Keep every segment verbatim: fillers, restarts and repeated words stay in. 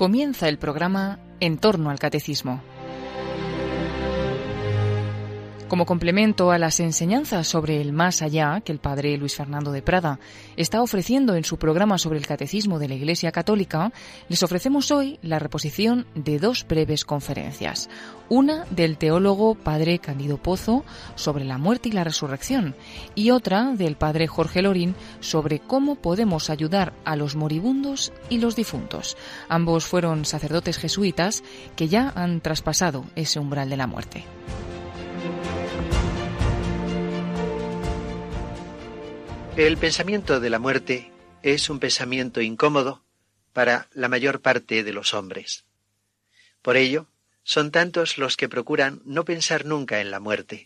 Comienza el programa En torno al Catecismo. Como complemento a las enseñanzas sobre el más allá que el padre Luis Fernando de Prada está ofreciendo en su programa sobre el Catecismo de la Iglesia Católica, les ofrecemos hoy la reposición de dos breves conferencias. Una del teólogo padre Cándido Pozo sobre la muerte y la resurrección y otra del padre Jorge Lorín sobre cómo podemos ayudar a los moribundos y los difuntos. Ambos fueron sacerdotes jesuitas que ya han traspasado ese umbral de la muerte. El pensamiento de la muerte es un pensamiento incómodo para la mayor parte de los hombres. Por ello, son tantos los que procuran no pensar nunca en la muerte.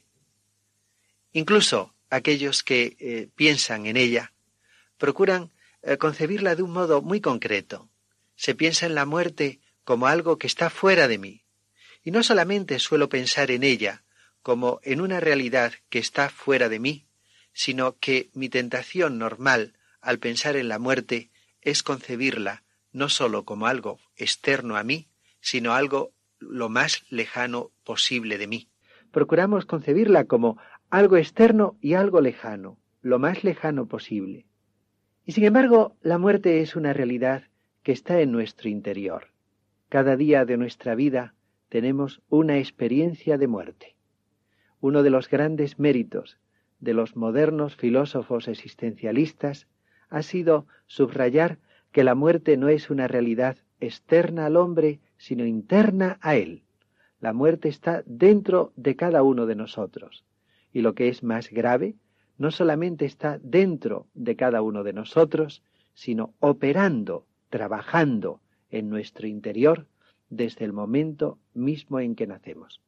Incluso aquellos que eh, piensan en ella, procuran eh, concebirla de un modo muy concreto. Se piensa en la muerte como algo que está fuera de mí. Y no solamente suelo pensar en ella como en una realidad que está fuera de mí, sino que mi tentación normal al pensar en la muerte es concebirla no sólo como algo externo a mí, sino algo lo más lejano posible de mí. Procuramos concebirla como algo externo y algo lejano, lo más lejano posible. Y sin embargo, la muerte es una realidad que está en nuestro interior. Cada día de nuestra vida tenemos una experiencia de muerte. Uno de los grandes méritos de los modernos filósofos existencialistas ha sido subrayar que la muerte no es una realidad externa al hombre, sino interna a él. La muerte está dentro de cada uno de nosotros. Y lo que es más grave, no solamente está dentro de cada uno de nosotros, sino operando, trabajando en nuestro interior desde el momento mismo en que nacemos.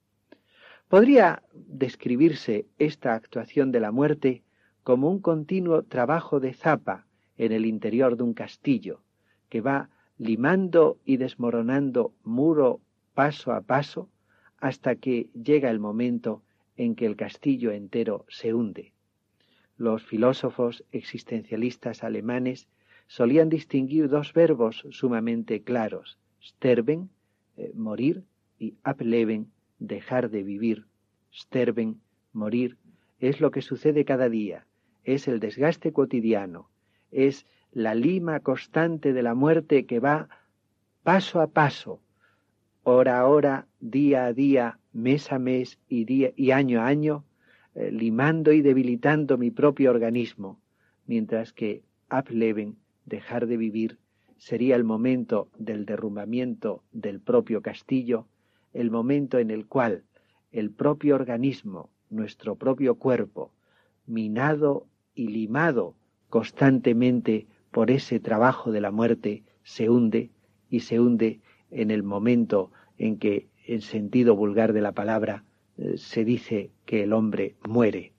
Podría describirse esta actuación de la muerte como un continuo trabajo de zapa en el interior de un castillo, que va limando y desmoronando muro paso a paso hasta que llega el momento en que el castillo entero se hunde. Los filósofos existencialistas alemanes solían distinguir dos verbos sumamente claros: sterben, eh, morir, y ableben, dejar de vivir. Sterben, morir, es lo que sucede cada día, es el desgaste cotidiano, es la lima constante de la muerte que va paso a paso, hora a hora, día a día, mes a mes y, día, y año a año, eh, limando y debilitando mi propio organismo, mientras que ableben, dejar de vivir, sería el momento del derrumbamiento del propio castillo, el momento en el cual el propio organismo, nuestro propio cuerpo, minado y limado constantemente por ese trabajo de la muerte, se hunde y se hunde en el momento en que, en sentido vulgar de la palabra, eh, se dice que el hombre muere.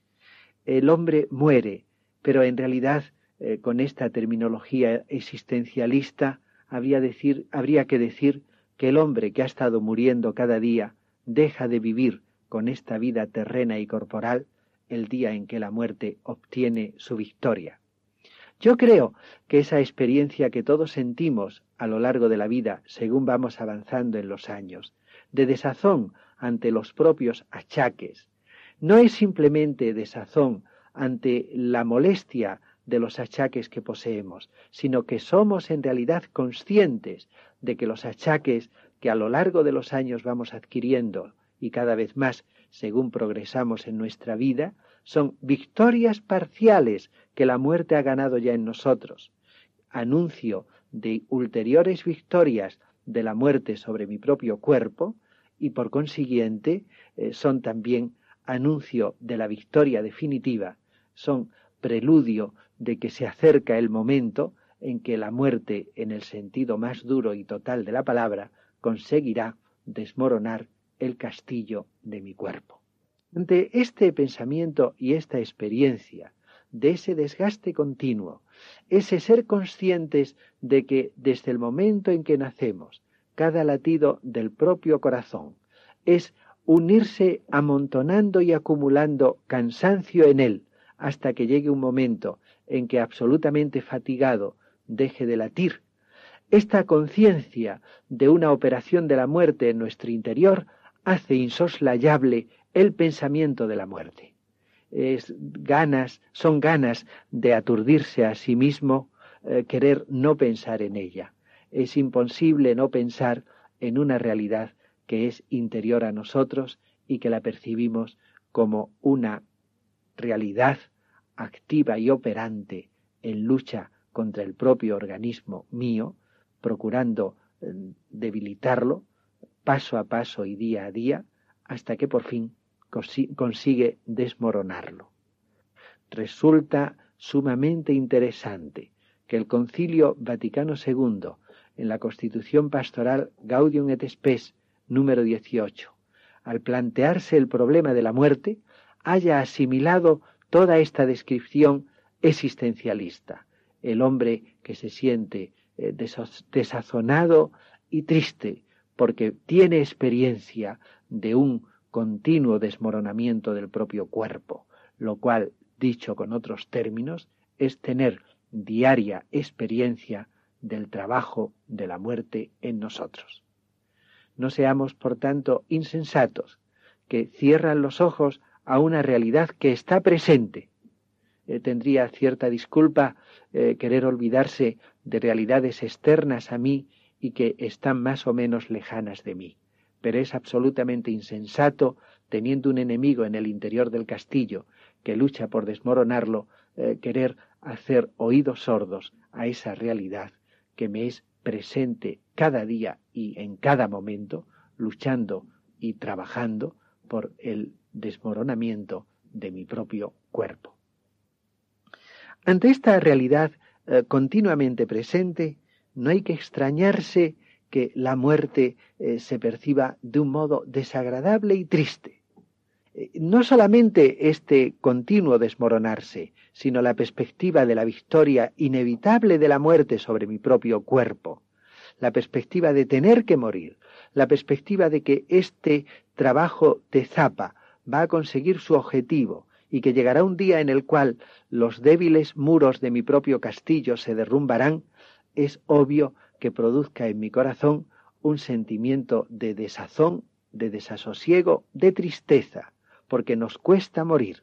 El hombre muere, pero en realidad, eh, con esta terminología existencialista, habría, decir, habría que decir que el hombre que ha estado muriendo cada día deja de vivir con esta vida terrena y corporal el día en que la muerte obtiene su victoria. Yo creo que esa experiencia que todos sentimos a lo largo de la vida según vamos avanzando en los años, de desazón ante los propios achaques, no es simplemente desazón ante la molestia de los achaques que poseemos, sino que somos en realidad conscientes de que los achaques que a lo largo de los años vamos adquiriendo y cada vez más según progresamos en nuestra vida, son victorias parciales que la muerte ha ganado ya en nosotros. Anuncio de ulteriores victorias de la muerte sobre mi propio cuerpo y por consiguiente eh, son también anuncio de la victoria definitiva, son preludio de que se acerca el momento en que la muerte, en el sentido más duro y total de la palabra, conseguirá desmoronar el castillo de mi cuerpo. Ante este pensamiento y esta experiencia de ese desgaste continuo, ese ser conscientes de que desde el momento en que nacemos, cada latido del propio corazón es unirse amontonando y acumulando cansancio en él, hasta que llegue un momento en que absolutamente fatigado deje de latir, Esta conciencia de una operación de la muerte en nuestro interior hace insoslayable el pensamiento de la muerte. Es ganas, son ganas de aturdirse a sí mismo, eh, querer no pensar en ella. Es imposible no pensar en una realidad que es interior a nosotros y que la percibimos como una realidad activa y operante en lucha contra el propio organismo mío, procurando eh, debilitarlo paso a paso y día a día, hasta que por fin consigue desmoronarlo. Resulta sumamente interesante que el Concilio Vaticano segundo, en la Constitución Pastoral Gaudium et Spes número dieciocho, al plantearse el problema de la muerte, haya asimilado toda esta descripción existencialista. El hombre que se siente eh, desazonado y triste porque tiene experiencia de un continuo desmoronamiento del propio cuerpo, lo cual, dicho con otros términos, es tener diaria experiencia del trabajo de la muerte en nosotros. No seamos, por tanto, insensatos, que cierran los ojos a una realidad que está presente. Eh, tendría cierta disculpa eh, querer olvidarse de realidades externas a mí y que están más o menos lejanas de mí. Pero es absolutamente insensato, teniendo un enemigo en el interior del castillo que lucha por desmoronarlo, eh, querer hacer oídos sordos a esa realidad que me es presente cada día y en cada momento, luchando y trabajando por el desmoronamiento de mi propio cuerpo. Ante esta realidad eh, continuamente presente, no hay que extrañarse que la muerte eh, se perciba de un modo desagradable y triste. Eh, no solamente este continuo desmoronarse, sino la perspectiva de la victoria inevitable de la muerte sobre mi propio cuerpo, la perspectiva de tener que morir, la perspectiva de que este trabajo de zapa va a conseguir su objetivo y que llegará un día en el cual los débiles muros de mi propio castillo se derrumbarán, es obvio que produzca en mi corazón un sentimiento de desazón, de desasosiego, de tristeza, porque nos cuesta morir.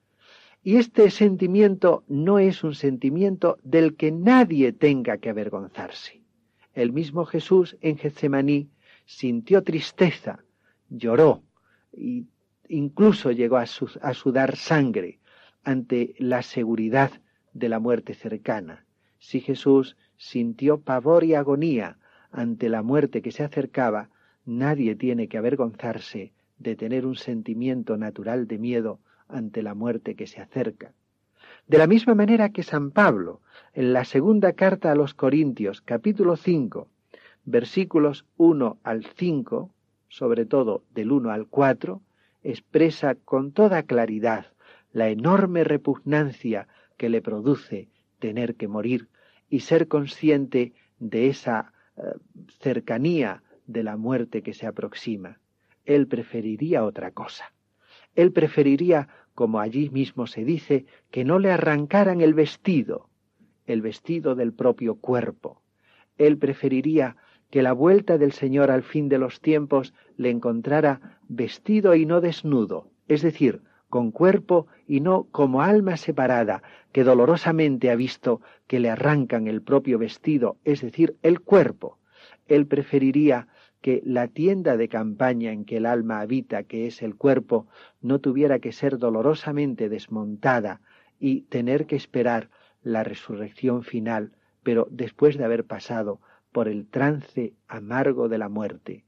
Y este sentimiento no es un sentimiento del que nadie tenga que avergonzarse. El mismo Jesús en Getsemaní sintió tristeza, lloró e incluso llegó a, a sudar sangre ante la seguridad de la muerte cercana. Si Jesús sintió pavor y agonía ante la muerte que se acercaba, nadie tiene que avergonzarse de tener un sentimiento natural de miedo ante la muerte que se acerca. De la misma manera que San Pablo, en la segunda carta a los Corintios, capítulo cinco, versículos uno al cinco, sobre todo del uno al cuatro, expresa con toda claridad la enorme repugnancia que le produce tener que morir y ser consciente de esa eh, cercanía de la muerte que se aproxima. Él preferiría otra cosa. Él preferiría, como allí mismo se dice, que no le arrancaran el vestido, el vestido del propio cuerpo. Él preferiría que la vuelta del Señor al fin de los tiempos le encontrara vestido y no desnudo, es decir, con cuerpo y no como alma separada, que dolorosamente ha visto que le arrancan el propio vestido, es decir, el cuerpo. Él preferiría que la tienda de campaña en que el alma habita, que es el cuerpo, no tuviera que ser dolorosamente desmontada y tener que esperar la resurrección final, pero después de haber pasado por el trance amargo de la muerte.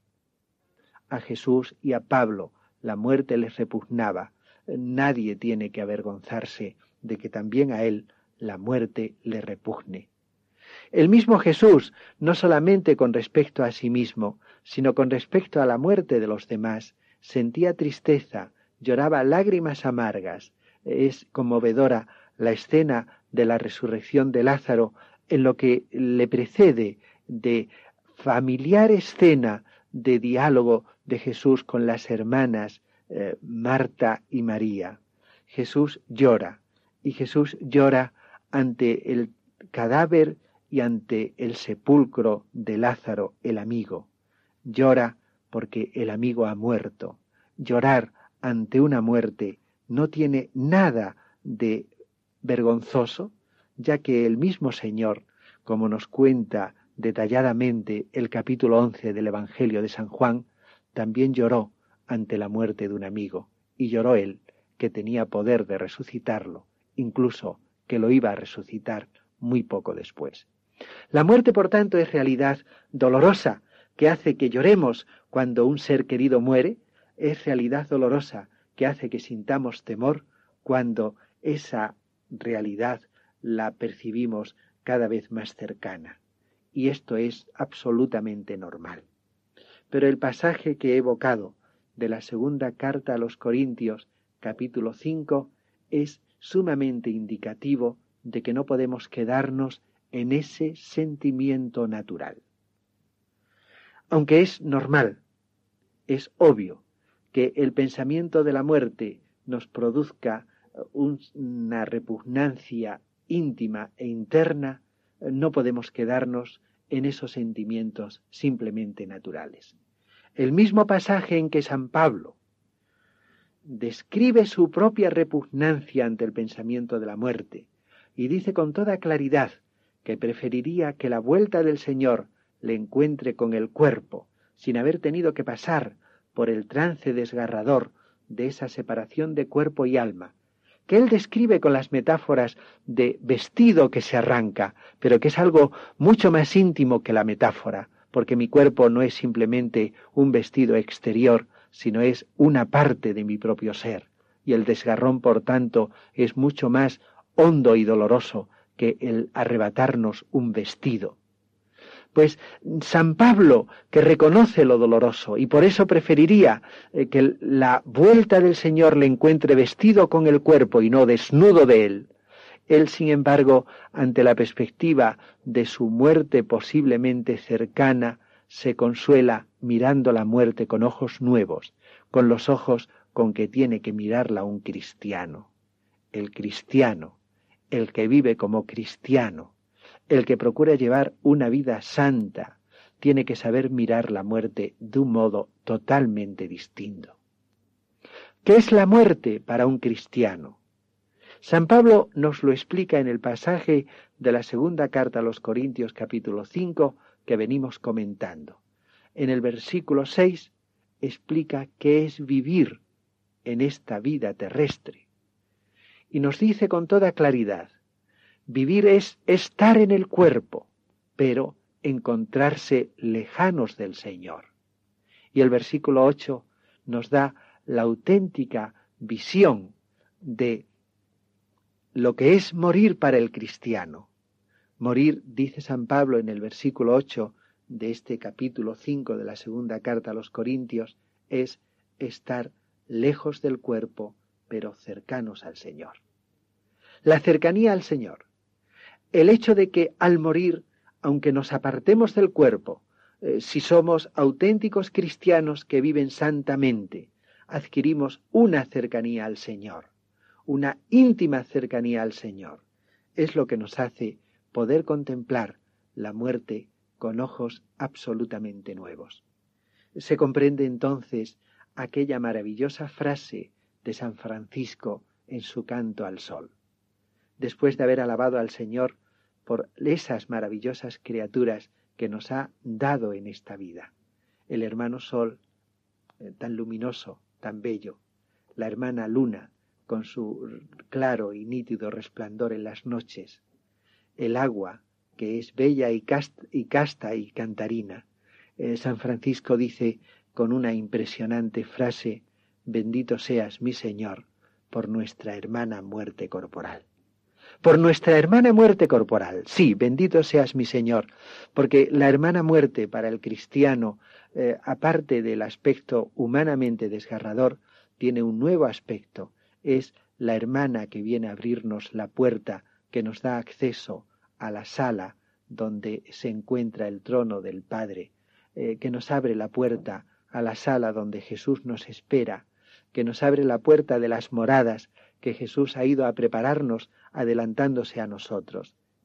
A Jesús y a Pablo la muerte les repugnaba. Nadie tiene que avergonzarse de que también a él la muerte le repugne. El mismo Jesús, no solamente con respecto a sí mismo, sino con respecto a la muerte de los demás, sentía tristeza, lloraba lágrimas amargas. Es conmovedora la escena de la resurrección de Lázaro, en lo que le precede de familiar escena de diálogo de Jesús con las hermanas eh, Marta y María. Jesús llora, y Jesús llora ante el cadáver y ante el sepulcro de Lázaro, el amigo. Llora porque el amigo ha muerto. Llorar ante una muerte no tiene nada de vergonzoso, ya que el mismo Señor, como nos cuenta detalladamente el capítulo once del Evangelio de San Juan, también lloró ante la muerte de un amigo, y lloró él, que tenía poder de resucitarlo, incluso que lo iba a resucitar muy poco después. La muerte, por tanto, es realidad dolorosa, que hace que lloremos cuando un ser querido muere, es realidad dolorosa, que hace que sintamos temor cuando esa realidad la percibimos cada vez más cercana. Y esto es absolutamente normal. Pero el pasaje que he evocado de la segunda carta a los Corintios, capítulo cinco, es sumamente indicativo de que no podemos quedarnos en ese sentimiento natural. Aunque es normal, es obvio que el pensamiento de la muerte nos produzca una repugnancia íntima e interna, no podemos quedarnos en esos sentimientos simplemente naturales. El mismo pasaje en que San Pablo describe su propia repugnancia ante el pensamiento de la muerte y dice con toda claridad que preferiría que la vuelta del Señor le encuentre con el cuerpo, sin haber tenido que pasar por el trance desgarrador de esa separación de cuerpo y alma, que él describe con las metáforas de vestido que se arranca, pero que es algo mucho más íntimo que la metáfora, porque mi cuerpo no es simplemente un vestido exterior, sino es una parte de mi propio ser, y el desgarrón, por tanto, es mucho más hondo y doloroso que el arrebatarnos un vestido. Pues San Pablo, que reconoce lo doloroso y por eso preferiría eh, que la vuelta del Señor le encuentre vestido con el cuerpo y no desnudo de él, él, sin embargo, ante la perspectiva de su muerte posiblemente cercana, se consuela mirando la muerte con ojos nuevos, con los ojos con que tiene que mirarla un cristiano. El cristiano, el que vive como cristiano, el que procura llevar una vida santa, tiene que saber mirar la muerte de un modo totalmente distinto. ¿Qué es la muerte para un cristiano? San Pablo nos lo explica en el pasaje de la segunda carta a los Corintios, capítulo cinco, que venimos comentando. En el versículo seis explica qué es vivir en esta vida terrestre. Y nos dice con toda claridad, vivir es estar en el cuerpo, pero encontrarse lejanos del Señor. Y el versículo ocho nos da la auténtica visión de lo que es morir para el cristiano. Morir, dice San Pablo en el versículo ocho de este capítulo cinco de la segunda carta a los Corintios, es estar lejos del cuerpo, pero cercanos al Señor. La cercanía al Señor. El hecho de que al morir, aunque nos apartemos del cuerpo, eh, si somos auténticos cristianos que viven santamente, adquirimos una cercanía al Señor, una íntima cercanía al Señor. Es lo que nos hace poder contemplar la muerte con ojos absolutamente nuevos. Se comprende entonces aquella maravillosa frase de San Francisco en su Canto al Sol. Después de haber alabado al Señor por esas maravillosas criaturas que nos ha dado en esta vida. El hermano Sol, eh, tan luminoso, tan bello, la hermana Luna, con su claro y nítido resplandor en las noches, el agua, que es bella y casta y, casta y cantarina. Eh, San Francisco dice con una impresionante frase, bendito seas, mi Señor, por nuestra hermana muerte corporal. Por nuestra hermana muerte corporal, sí, bendito seas mi Señor, porque la hermana muerte para el cristiano, eh, aparte del aspecto humanamente desgarrador, tiene un nuevo aspecto, es la hermana que viene a abrirnos la puerta que nos da acceso a la sala donde se encuentra el trono del Padre, eh, que nos abre la puerta a la sala donde Jesús nos espera, que nos abre la puerta de las moradas que Jesús ha ido a prepararnos adelantándose a nosotros,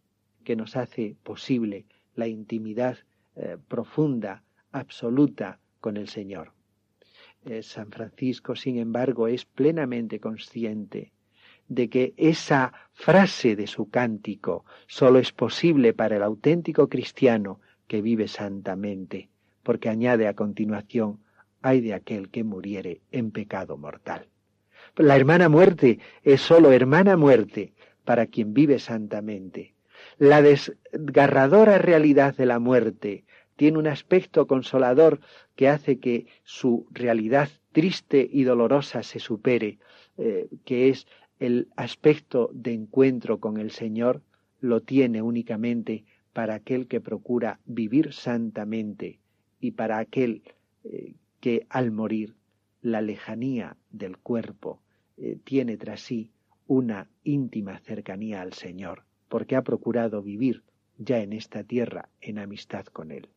que nos hace posible la intimidad eh, profunda, absoluta con el Señor. Eh, San Francisco, sin embargo, es plenamente consciente de que esa frase de su cántico sólo es posible para el auténtico cristiano que vive santamente, porque añade a continuación: ay de aquel que muriere en pecado mortal. La hermana muerte es sólo hermana muerte para quien vive santamente. La desgarradora realidad de la muerte tiene un aspecto consolador que hace que su realidad triste y dolorosa se supere, eh, que es el aspecto de encuentro con el Señor. Lo tiene únicamente para aquel que procura vivir santamente y para aquel eh, que al morir la lejanía del cuerpo eh, tiene tras sí una íntima cercanía al Señor, porque ha procurado vivir ya en esta tierra en amistad con Él.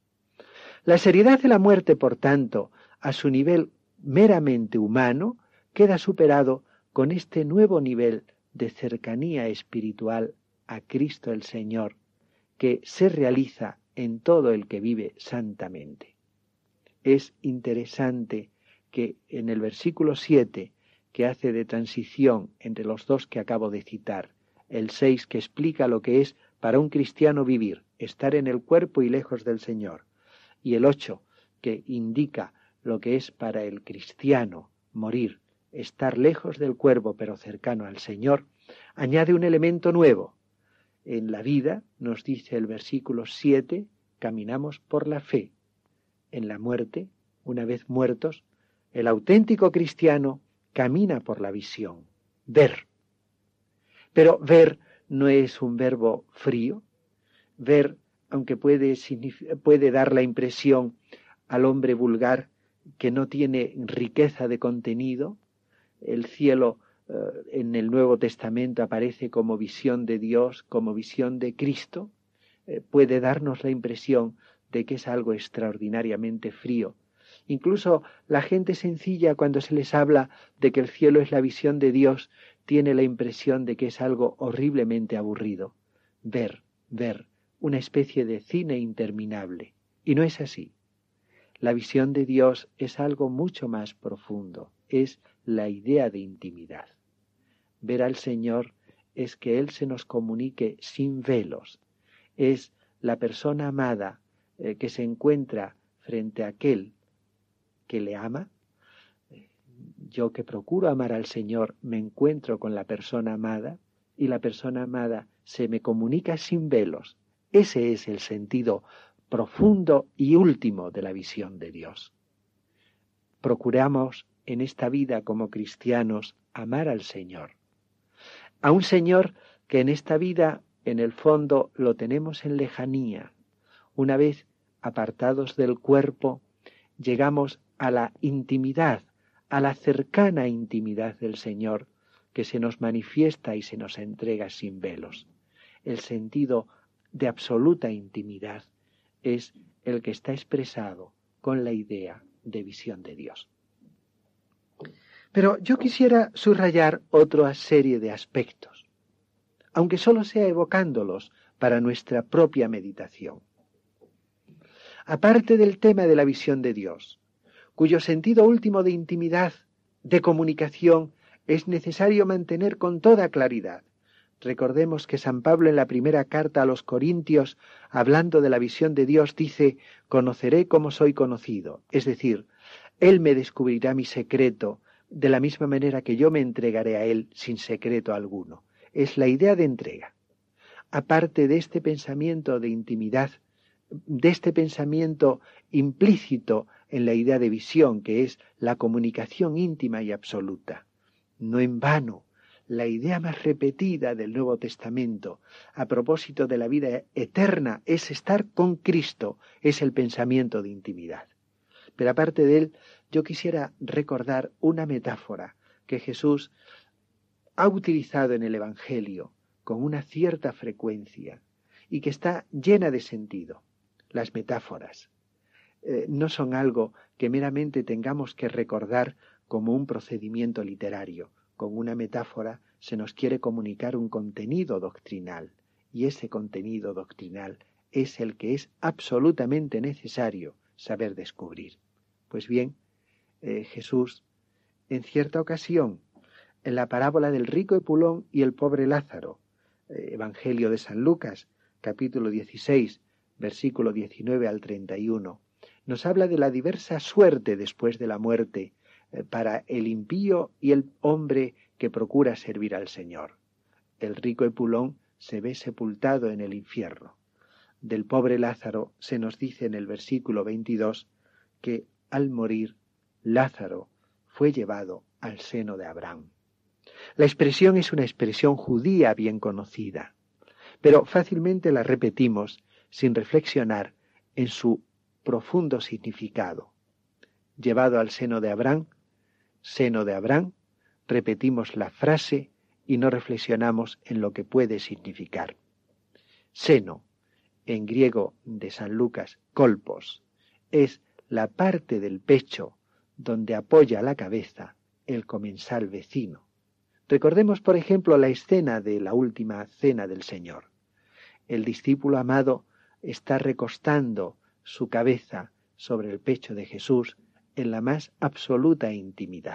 La seriedad de la muerte, por tanto, a su nivel meramente humano, queda superado con este nuevo nivel de cercanía espiritual a Cristo el Señor, que se realiza en todo el que vive santamente. Es interesante que en el versículo siete, que hace de transición entre los dos que acabo de citar, el seis, que explica lo que es para un cristiano vivir, estar en el cuerpo y lejos del Señor, y el ocho, que indica lo que es para el cristiano morir, estar lejos del cuerpo pero cercano al Señor, añade un elemento nuevo. En la vida, nos dice el versículo siete, caminamos por la fe. En la muerte, una vez muertos, el auténtico cristiano camina por la visión, ver. Pero ver no es un verbo frío. Ver, aunque puede, puede dar la impresión al hombre vulgar que no tiene riqueza de contenido. El cielo eh, en el Nuevo Testamento aparece como visión de Dios, como visión de Cristo. Eh, puede darnos la impresión de que es algo extraordinariamente frío. Incluso la gente sencilla, cuando se les habla de que el cielo es la visión de Dios, tiene la impresión de que es algo horriblemente aburrido. Ver, ver, una especie de cine interminable. Y no es así. La visión de Dios es algo mucho más profundo, es la idea de intimidad. Ver al Señor es que Él se nos comunique sin velos, es la persona amada eh, que se encuentra frente a aquel que le ama. Yo que procuro amar al Señor me encuentro con la persona amada y la persona amada se me comunica sin velos. Ese es el sentido profundo y último de la visión de Dios. Procuramos en esta vida como cristianos amar al Señor. A un Señor que en esta vida, en el fondo, lo tenemos en lejanía. Una vez apartados del cuerpo, llegamos a la intimidad, a la cercana intimidad del Señor, que se nos manifiesta y se nos entrega sin velos. El sentido de absoluta intimidad es el que está expresado con la idea de visión de Dios. Pero yo quisiera subrayar otra serie de aspectos, aunque solo sea evocándolos para nuestra propia meditación. Aparte del tema de la visión de Dios, cuyo sentido último de intimidad, de comunicación, es necesario mantener con toda claridad. Recordemos que San Pablo en la primera carta a los Corintios, hablando de la visión de Dios, dice: conoceré como soy conocido, es decir, Él me descubrirá mi secreto, de la misma manera que yo me entregaré a Él sin secreto alguno. Es la idea de entrega. Aparte de este pensamiento de intimidad, de este pensamiento implícito en la idea de visión, que es la comunicación íntima y absoluta. No en vano, la idea más repetida del Nuevo Testamento a propósito de la vida eterna es estar con Cristo, es el pensamiento de intimidad. Pero aparte de él, yo quisiera recordar una metáfora que Jesús ha utilizado en el Evangelio con una cierta frecuencia y que está llena de sentido. Las metáforas eh, no son algo que meramente tengamos que recordar como un procedimiento literario. Con una metáfora se nos quiere comunicar un contenido doctrinal y ese contenido doctrinal es el que es absolutamente necesario saber descubrir. Pues bien, eh, Jesús, en cierta ocasión, en la parábola del rico Epulón y el pobre Lázaro, eh, Evangelio de San Lucas, capítulo dieciséis, versículo diecinueve al treinta y uno, nos habla de la diversa suerte después de la muerte eh, para el impío y el hombre que procura servir al Señor. El rico Epulón se ve sepultado en el infierno. Del pobre Lázaro se nos dice en el versículo veintidós que al morir Lázaro fue llevado al seno de Abraham. La expresión es una expresión judía bien conocida, pero fácilmente la repetimos sin reflexionar en su profundo significado. Llevado al seno de Abraham, seno de Abraham, repetimos la frase y no reflexionamos en lo que puede significar. Seno, en griego de San Lucas, kolpos, es la parte del pecho donde apoya la cabeza el comensal vecino. Recordemos, por ejemplo, la escena de la última cena del Señor. El discípulo amado está recostando su cabeza sobre el pecho de Jesús en la más absoluta intimidad.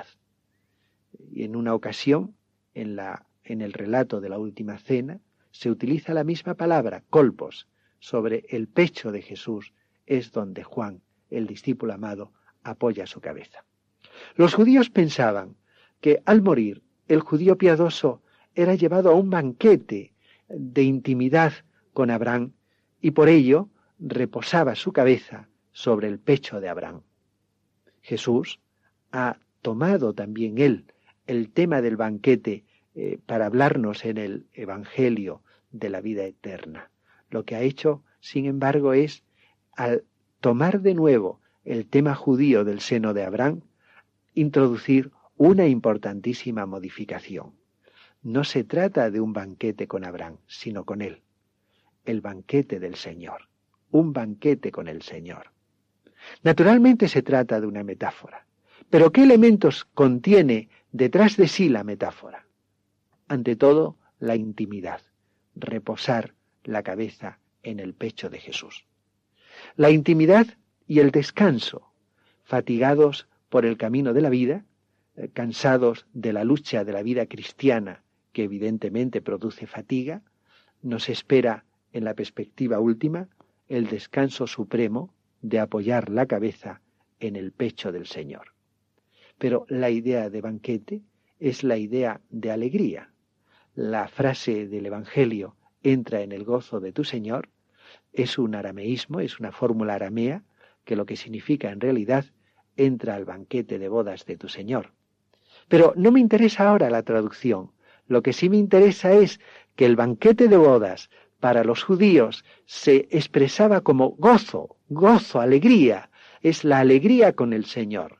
Y en una ocasión, en, la, en el relato de la última cena, se utiliza la misma palabra, kolpos, sobre el pecho de Jesús, es donde Juan, el discípulo amado, apoya su cabeza. Los judíos pensaban que al morir el judío piadoso era llevado a un banquete de intimidad con Abraham y por ello reposaba su cabeza sobre el pecho de Abraham. Jesús ha tomado también él el tema del banquete eh, para hablarnos en el Evangelio de la vida eterna. Lo que ha hecho, sin embargo, es, al tomar de nuevo el tema judío del seno de Abraham, introducir una importantísima modificación. No se trata de un banquete con Abraham, sino con él. El banquete del Señor. Un banquete con el Señor. Naturalmente se trata de una metáfora. Pero ¿qué elementos contiene detrás de sí la metáfora? Ante todo, la intimidad. Reposar la cabeza en el pecho de Jesús. La intimidad y el descanso, fatigados por el camino de la vida, eh, cansados de la lucha de la vida cristiana, que evidentemente produce fatiga, nos espera en la perspectiva última el descanso supremo de apoyar la cabeza en el pecho del Señor. Pero la idea de banquete es la idea de alegría. La frase del Evangelio, entra en el gozo de tu Señor, es un arameísmo, es una fórmula aramea, que lo que significa en realidad, entra al banquete de bodas de tu Señor. Pero no me interesa ahora la traducción. Lo que sí me interesa es que el banquete de bodas para los judíos se expresaba como gozo, gozo, alegría. Es la alegría con el Señor.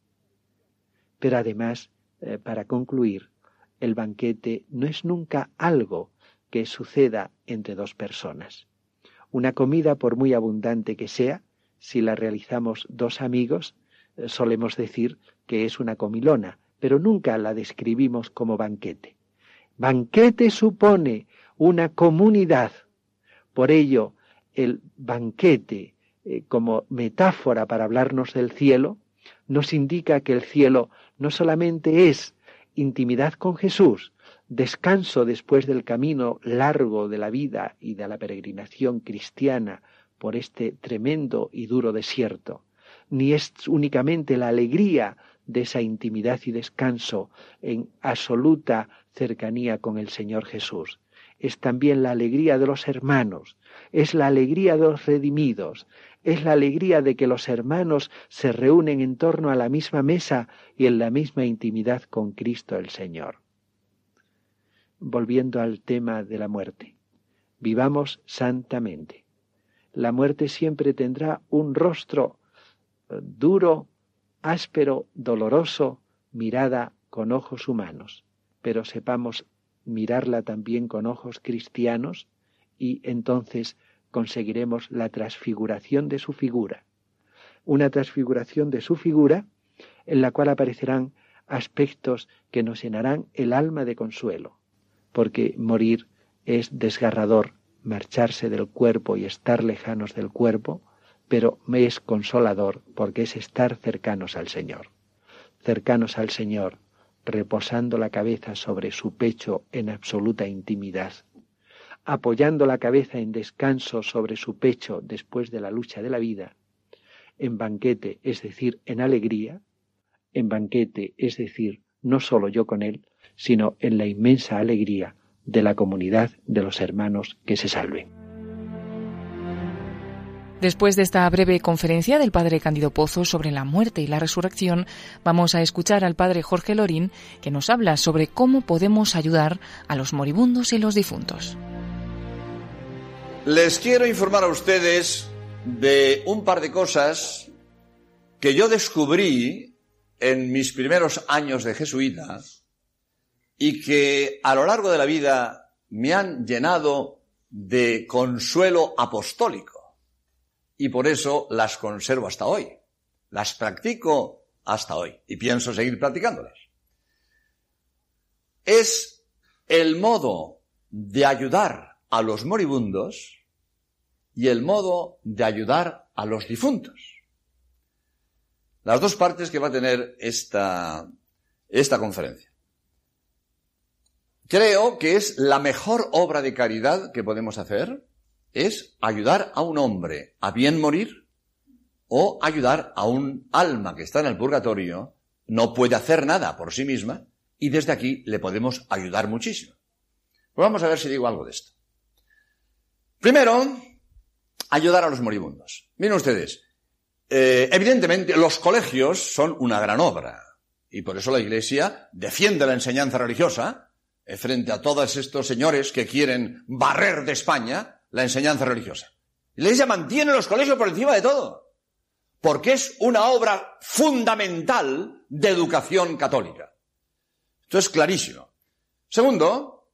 Pero además, eh, para concluir, el banquete no es nunca algo que suceda entre dos personas. Una comida, por muy abundante que sea, si la realizamos dos amigos, eh, solemos decir que es una comilona, pero nunca la describimos como banquete. Banquete supone una comunidad. Por ello, el banquete, eh, como metáfora para hablarnos del cielo, nos indica que el cielo no solamente es intimidad con Jesús, descanso después del camino largo de la vida y de la peregrinación cristiana por este tremendo y duro desierto, ni es únicamente la alegría de esa intimidad y descanso en absoluta cercanía con el Señor Jesús. Es también la alegría de los hermanos, es la alegría de los redimidos, es la alegría de que los hermanos se reúnen en torno a la misma mesa y en la misma intimidad con Cristo el Señor. Volviendo al tema de la muerte, vivamos santamente. La muerte siempre tendrá un rostro duro, áspero, doloroso, mirada con ojos humanos, pero sepamos mirarla también con ojos cristianos y entonces conseguiremos la transfiguración de su figura. Una transfiguración de su figura en la cual aparecerán aspectos que nos llenarán el alma de consuelo, porque morir es desgarrador marcharse del cuerpo y estar lejanos del cuerpo, pero me es consolador porque es estar cercanos al Señor. Cercanos al Señor, reposando la cabeza sobre su pecho en absoluta intimidad, apoyando la cabeza en descanso sobre su pecho después de la lucha de la vida, en banquete, es decir, en alegría, en banquete, es decir, no solo yo con Él, sino en la inmensa alegría de la comunidad de los hermanos que se salven. Después de esta breve conferencia del padre Cándido Pozo sobre la muerte y la resurrección, vamos a escuchar al padre Jorge Lorín, que nos habla sobre cómo podemos ayudar a los moribundos y los difuntos. Les quiero informar a ustedes de un par de cosas que yo descubrí en mis primeros años de jesuita y que a lo largo de la vida me han llenado de consuelo apostólico. Y por eso las conservo hasta hoy. Las practico hasta hoy. Y pienso seguir practicándolas. Es el modo de ayudar a los moribundos y el modo de ayudar a los difuntos. Las dos partes que va a tener esta, esta conferencia. Creo que es la mejor obra de caridad que podemos hacer. Es ayudar a un hombre a bien morir o ayudar a un alma que está en el purgatorio, no puede hacer nada por sí misma y desde aquí le podemos ayudar muchísimo. Pues vamos a ver si digo algo de esto. Primero, ayudar a los moribundos. Miren ustedes, eh, evidentemente los colegios son una gran obra y por eso la Iglesia defiende la enseñanza religiosa eh, frente a todos estos señores que quieren barrer de España la enseñanza religiosa. La Iglesia mantiene los colegios por encima de todo, porque es una obra fundamental de educación católica. Esto es clarísimo. Segundo,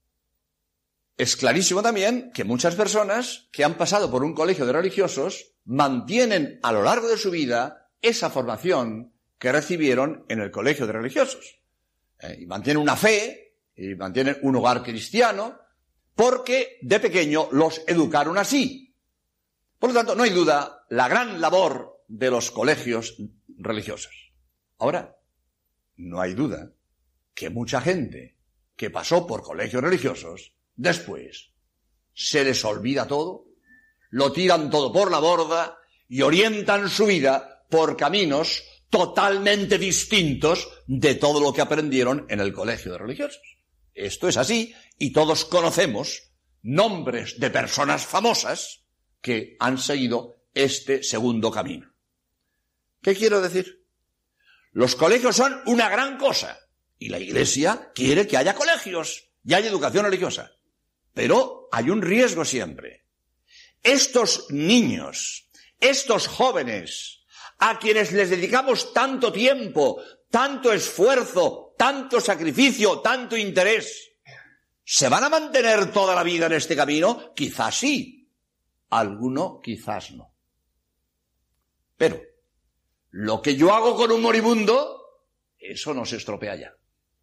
es clarísimo también que muchas personas que han pasado por un colegio de religiosos mantienen a lo largo de su vida esa formación que recibieron en el colegio de religiosos. Eh, y mantienen una fe, y mantienen un hogar cristiano, porque de pequeño los educaron así. Por lo tanto, no hay duda, la gran labor de los colegios religiosos. Ahora, no hay duda que mucha gente que pasó por colegios religiosos, después se les olvida todo, lo tiran todo por la borda y orientan su vida por caminos totalmente distintos de todo lo que aprendieron en el colegio de religiosos. Esto es así, y todos conocemos nombres de personas famosas que han seguido este segundo camino. ¿Qué quiero decir? Los colegios son una gran cosa, y la Iglesia quiere que haya colegios y haya educación religiosa. Pero hay un riesgo siempre. Estos niños, estos jóvenes, a quienes les dedicamos tanto tiempo, tanto esfuerzo, tanto sacrificio, tanto interés, ¿se van a mantener toda la vida en este camino? Quizás sí, alguno quizás no. Pero lo que yo hago con un moribundo, eso no se estropea ya.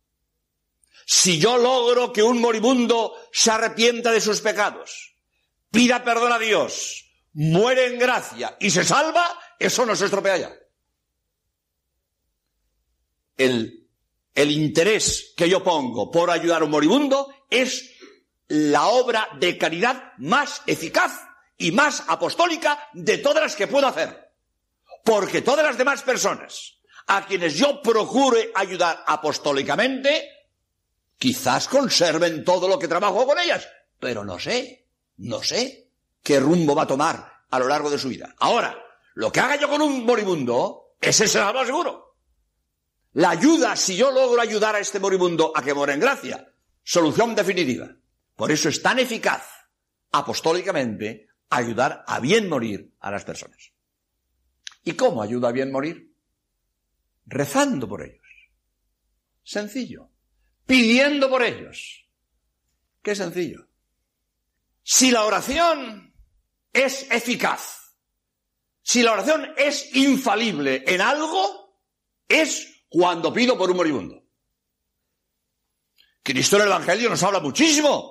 Si yo logro que un moribundo se arrepienta de sus pecados, pida perdón a Dios, muere en gracia y se salva, eso no se estropea ya. El, el interés que yo pongo por ayudar a un moribundo es la obra de caridad más eficaz y más apostólica de todas las que puedo hacer. Porque todas las demás personas a quienes yo procure ayudar apostólicamente, quizás conserven todo lo que trabajo con ellas, pero no sé, no sé qué rumbo va a tomar a lo largo de su vida. Ahora, lo que haga yo con un moribundo, ese será lo seguro. La ayuda, si yo logro ayudar a este moribundo a que muera en gracia, solución definitiva. Por eso es tan eficaz, apostólicamente, ayudar a bien morir a las personas. ¿Y cómo ayuda a bien morir? Rezando por ellos. Sencillo. Pidiendo por ellos. Qué sencillo. Si la oración es eficaz, si la oración es infalible en algo, es cuando pido por un moribundo. Cristo en el Evangelio nos habla muchísimo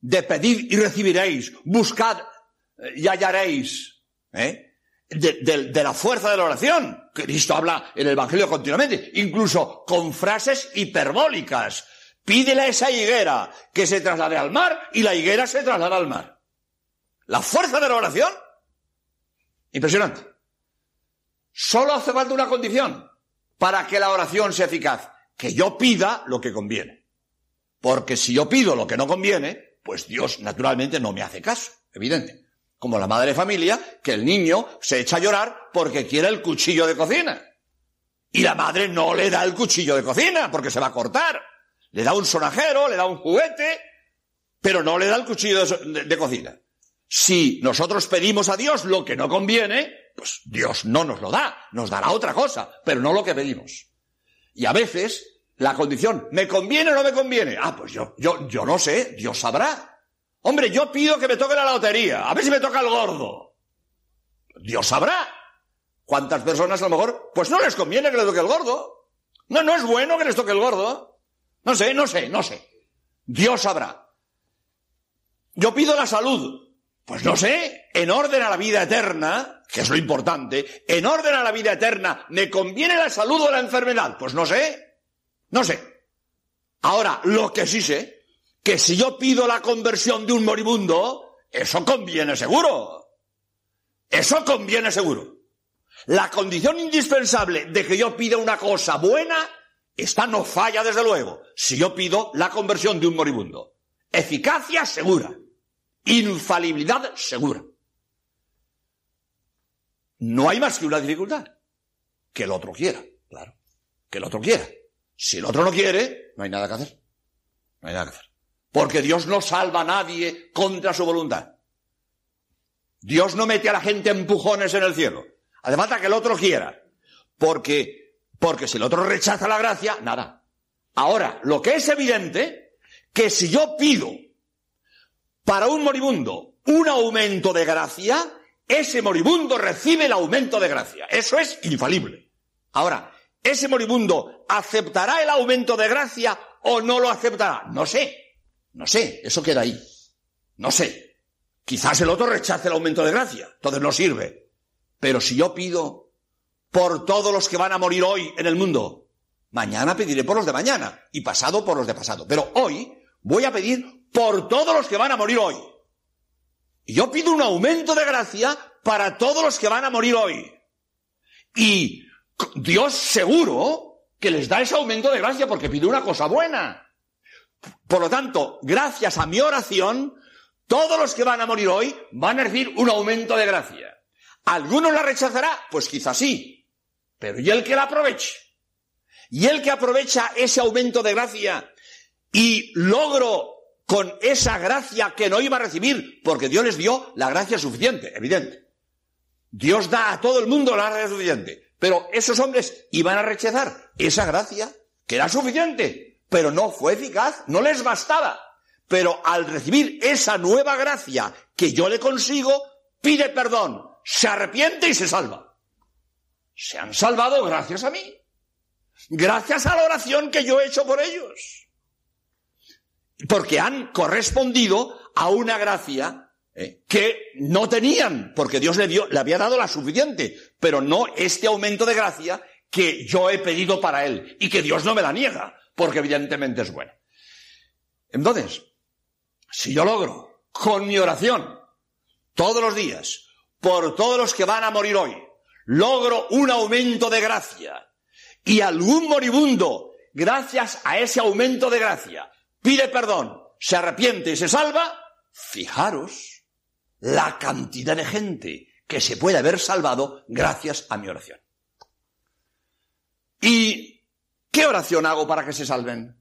de pedid y recibiréis, buscad y hallaréis, ¿eh? de, de, de la fuerza de la oración. Cristo habla en el Evangelio continuamente, incluso con frases hiperbólicas. Pídele a esa higuera que se traslade al mar y la higuera se traslada al mar. La fuerza de la oración. Impresionante. Solo hace falta una condición para que la oración sea eficaz: que yo pida lo que conviene. Porque si yo pido lo que no conviene, pues Dios naturalmente no me hace caso, evidente. Como la madre de familia, que el niño se echa a llorar porque quiere el cuchillo de cocina. Y la madre no le da el cuchillo de cocina porque se va a cortar. Le da un sonajero, le da un juguete, pero no le da el cuchillo de, de, de cocina. Si nosotros pedimos a Dios lo que no conviene, pues Dios no nos lo da, nos dará otra cosa, pero no lo que pedimos. Y a veces la condición, ¿me conviene o no me conviene? Ah, pues yo, yo, yo no sé, Dios sabrá. Hombre, yo pido que me toque la lotería, a ver si me toca el gordo. Dios sabrá. ¿Cuántas personas a lo mejor, pues no les conviene que les toque el gordo? No, no es bueno que les toque el gordo. No sé, no sé, no sé. Dios sabrá. Yo pido la salud. Pues no sé, en orden a la vida eterna, que es lo importante, en orden a la vida eterna, ¿me conviene la salud o la enfermedad? Pues no sé, no sé. Ahora, lo que sí sé, que si yo pido la conversión de un moribundo, eso conviene seguro. Eso conviene seguro. La condición indispensable de que yo pida una cosa buena, esta no falla desde luego, si yo pido la conversión de un moribundo. Eficacia segura. Infalibilidad segura. No hay más que una dificultad. Que el otro quiera, claro. Que el otro quiera. Si el otro no quiere, no hay nada que hacer. No hay nada que hacer. Porque Dios no salva a nadie contra su voluntad. Dios no mete a la gente empujones en el cielo. Hace falta que el otro quiera. Porque, porque si el otro rechaza la gracia, nada. Ahora, lo que es evidente, que si yo pido para un moribundo un aumento de gracia, ese moribundo recibe el aumento de gracia. Eso es infalible. Ahora, ¿ese moribundo aceptará el aumento de gracia o no lo aceptará? No sé. No sé. Eso queda ahí. No sé. Quizás el otro rechace el aumento de gracia. Entonces no sirve. Pero si yo pido por todos los que van a morir hoy en el mundo, mañana pediré por los de mañana y pasado por los de pasado. Pero hoy voy a pedir por todos los que van a morir hoy. Y yo pido un aumento de gracia para todos los que van a morir hoy. Y Dios seguro que les da ese aumento de gracia porque pide una cosa buena. Por lo tanto, gracias a mi oración, todos los que van a morir hoy van a recibir un aumento de gracia. ¿Alguno la rechazará? Pues quizás sí. Pero ¿y el que la aproveche? ¿Y el que aprovecha ese aumento de gracia y logro con esa gracia que no iba a recibir, porque Dios les dio la gracia suficiente, evidente? Dios da a todo el mundo la gracia suficiente, pero esos hombres iban a rechazar esa gracia, que era suficiente, pero no fue eficaz, no les bastaba. Pero al recibir esa nueva gracia que yo le consigo, pide perdón, se arrepiente y se salva. Se han salvado gracias a mí, gracias a la oración que yo he hecho por ellos. Porque han correspondido a una gracia eh, que no tenían, porque Dios le dio, le había dado la suficiente, pero no este aumento de gracia que yo he pedido para él y que Dios no me la niega, porque evidentemente es bueno. Entonces, si yo logro con mi oración todos los días, por todos los que van a morir hoy, logro un aumento de gracia y algún moribundo, gracias a ese aumento de gracia, pide perdón, se arrepiente y se salva, fijaros la cantidad de gente que se puede haber salvado gracias a mi oración. ¿Y qué oración hago para que se salven?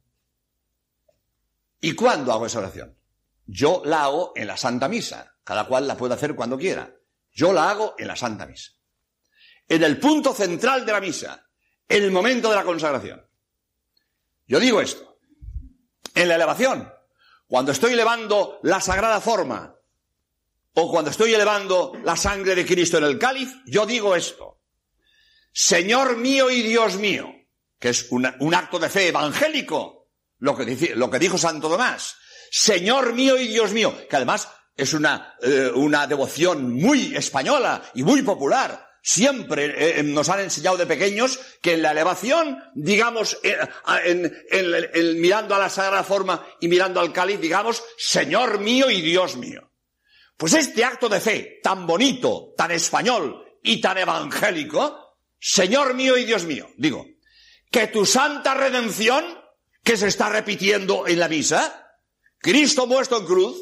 ¿Y cuándo hago esa oración? Yo la hago en la Santa Misa. Cada cual la puede hacer cuando quiera. Yo la hago en la Santa Misa. En el punto central de la misa, en el momento de la consagración. Yo digo esto. En la elevación, cuando estoy elevando la sagrada forma, o cuando estoy elevando la sangre de Cristo en el cáliz, yo digo esto. Señor mío y Dios mío, que es una, un acto de fe evangélico, lo que, dice, lo que dijo Santo Tomás. Señor mío y Dios mío, que además es una, eh, una devoción muy española y muy popular. Siempre eh, nos han enseñado de pequeños que en la elevación, digamos, en, en, en, en, mirando a la Sagrada Forma y mirando al cáliz, digamos, Señor mío y Dios mío. Pues este acto de fe tan bonito, tan español y tan evangélico, Señor mío y Dios mío, digo, que tu santa redención, que se está repitiendo en la misa, Cristo muerto en cruz,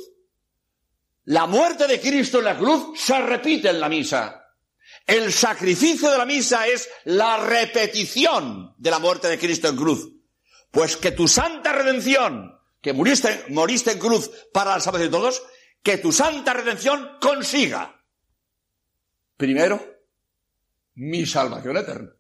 la muerte de Cristo en la cruz se repite en la misa. El sacrificio de la misa es la repetición de la muerte de Cristo en cruz. Pues que tu santa redención, que moriste, moriste en cruz para la salvación de todos, que tu santa redención consiga, primero, mi salvación eterna.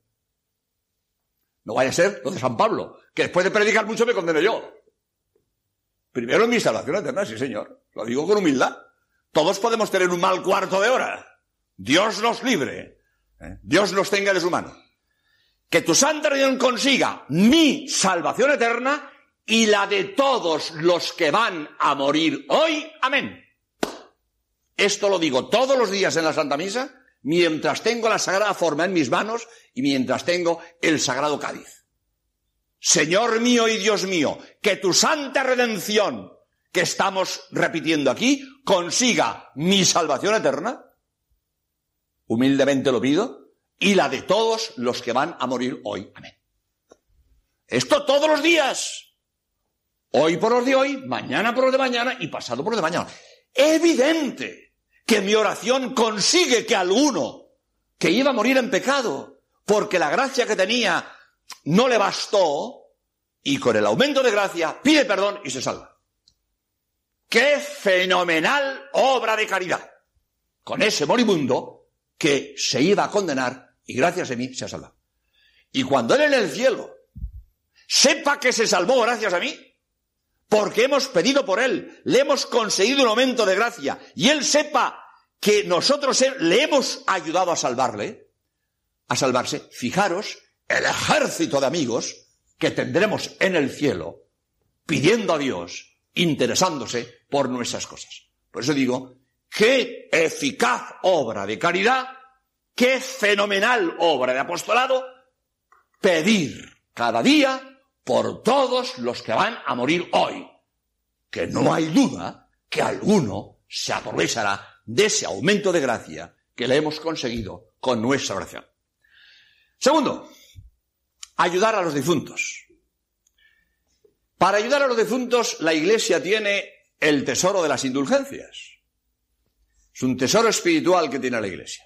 No vaya a ser lo de San Pablo, que después de predicar mucho me condeno yo. Primero mi salvación eterna, sí señor, lo digo con humildad. Todos podemos tener un mal cuarto de hora. Dios nos libre, ¿eh? Dios nos tenga de su mano. Que tu santa redención consiga mi salvación eterna y la de todos los que van a morir hoy. Amén. Esto lo digo todos los días en la Santa Misa, mientras tengo la Sagrada Forma en mis manos y mientras tengo el Sagrado Cáliz. Señor mío y Dios mío, que tu santa redención, que estamos repitiendo aquí, consiga mi salvación eterna. Humildemente lo pido, y la de todos los que van a morir hoy. Amén. Esto todos los días. Hoy por los de hoy, mañana por los de mañana y pasado por los de mañana. Evidente que mi oración consigue que alguno que iba a morir en pecado, porque la gracia que tenía no le bastó, y con el aumento de gracia pide perdón y se salva. ¡Qué fenomenal obra de caridad! Con ese moribundo que se iba a condenar y gracias a mí se ha salvado. Y cuando él en el cielo sepa que se salvó gracias a mí, porque hemos pedido por él, le hemos conseguido un aumento de gracia, y él sepa que nosotros le hemos ayudado a salvarle, a salvarse, fijaros el ejército de amigos que tendremos en el cielo pidiendo a Dios, interesándose por nuestras cosas. Por eso digo, qué eficaz obra de caridad, qué fenomenal obra de apostolado, pedir cada día por todos los que van a morir hoy, que no hay duda que alguno se aprovechará de ese aumento de gracia que le hemos conseguido con nuestra oración. Segundo, ayudar a los difuntos. Para ayudar a los difuntos, la Iglesia tiene el tesoro de las indulgencias. Es un tesoro espiritual que tiene la Iglesia.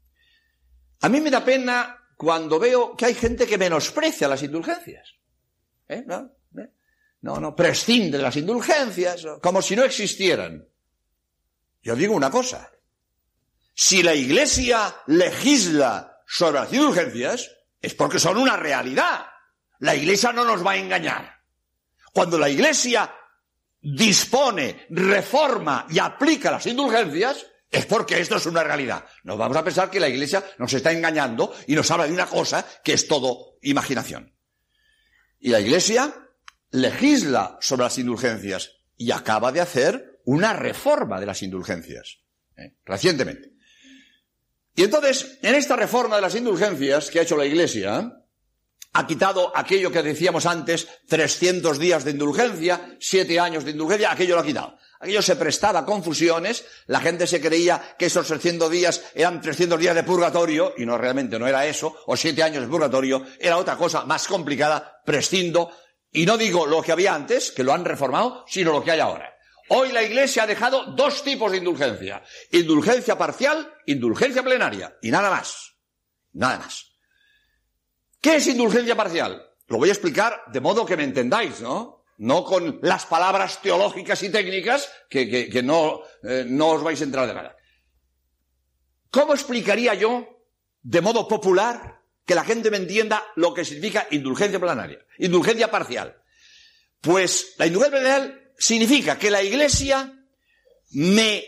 A mí me da pena cuando veo que hay gente que menosprecia las indulgencias. ¿Eh? ¿No? ¿Eh? No, no, prescinde de las indulgencias, como si no existieran. Yo digo una cosa. Si la Iglesia legisla sobre las indulgencias, es porque son una realidad. La Iglesia no nos va a engañar. Cuando la Iglesia dispone, reforma y aplica las indulgencias, es porque esto es una realidad. No vamos a pensar que la Iglesia nos está engañando y nos habla de una cosa que es todo imaginación. Y la Iglesia legisla sobre las indulgencias y acaba de hacer una reforma de las indulgencias, ¿eh? recientemente. Y entonces, en esta reforma de las indulgencias que ha hecho la Iglesia, ha quitado aquello que decíamos antes, trescientos días de indulgencia, siete años de indulgencia, aquello lo ha quitado. Aquello se prestaba a confusiones, la gente se creía que esos trescientos días eran trescientos días de purgatorio, y no, realmente no era eso, o siete años de purgatorio, era otra cosa más complicada, prescindo, y no digo lo que había antes, que lo han reformado, sino lo que hay ahora. Hoy la Iglesia ha dejado dos tipos de indulgencia. Indulgencia parcial, indulgencia plenaria, y nada más. Nada más. ¿Qué es indulgencia parcial? Lo voy a explicar de modo que me entendáis, ¿no? No con las palabras teológicas y técnicas que, que, que no, eh, no os vais a entrar de nada. ¿Cómo explicaría yo, de modo popular, que la gente me entienda lo que significa indulgencia plenaria, indulgencia parcial? Pues la indulgencia plenaria significa que la Iglesia me,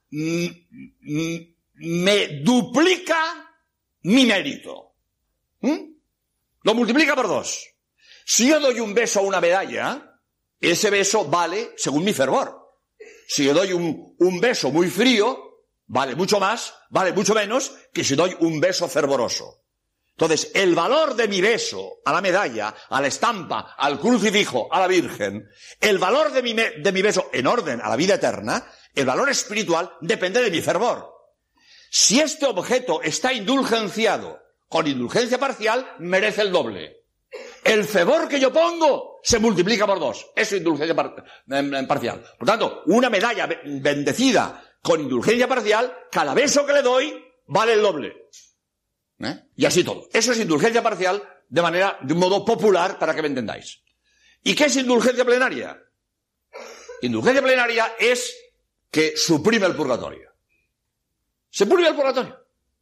me duplica mi mérito. ¿Mm? Lo multiplica por dos. Si yo doy un beso a una medalla, ese beso vale según mi fervor. Si yo doy un, un beso muy frío, vale mucho más, vale mucho menos que si doy un beso fervoroso. Entonces, el valor de mi beso a la medalla, a la estampa, al crucifijo, a la Virgen, el valor de mi, de mi beso en orden a la vida eterna, el valor espiritual depende de mi fervor. Si este objeto está indulgenciado con indulgencia parcial, merece el doble. El fervor que yo pongo se multiplica por dos. Eso es indulgencia par- parcial. Por tanto, una medalla bendecida con indulgencia parcial, cada beso que le doy vale el doble. ¿Eh? Y así todo. Eso es indulgencia parcial de manera, de un modo popular para que me entendáis. ¿Y qué es indulgencia plenaria? Indulgencia plenaria es que suprime el purgatorio. Se suprime el purgatorio.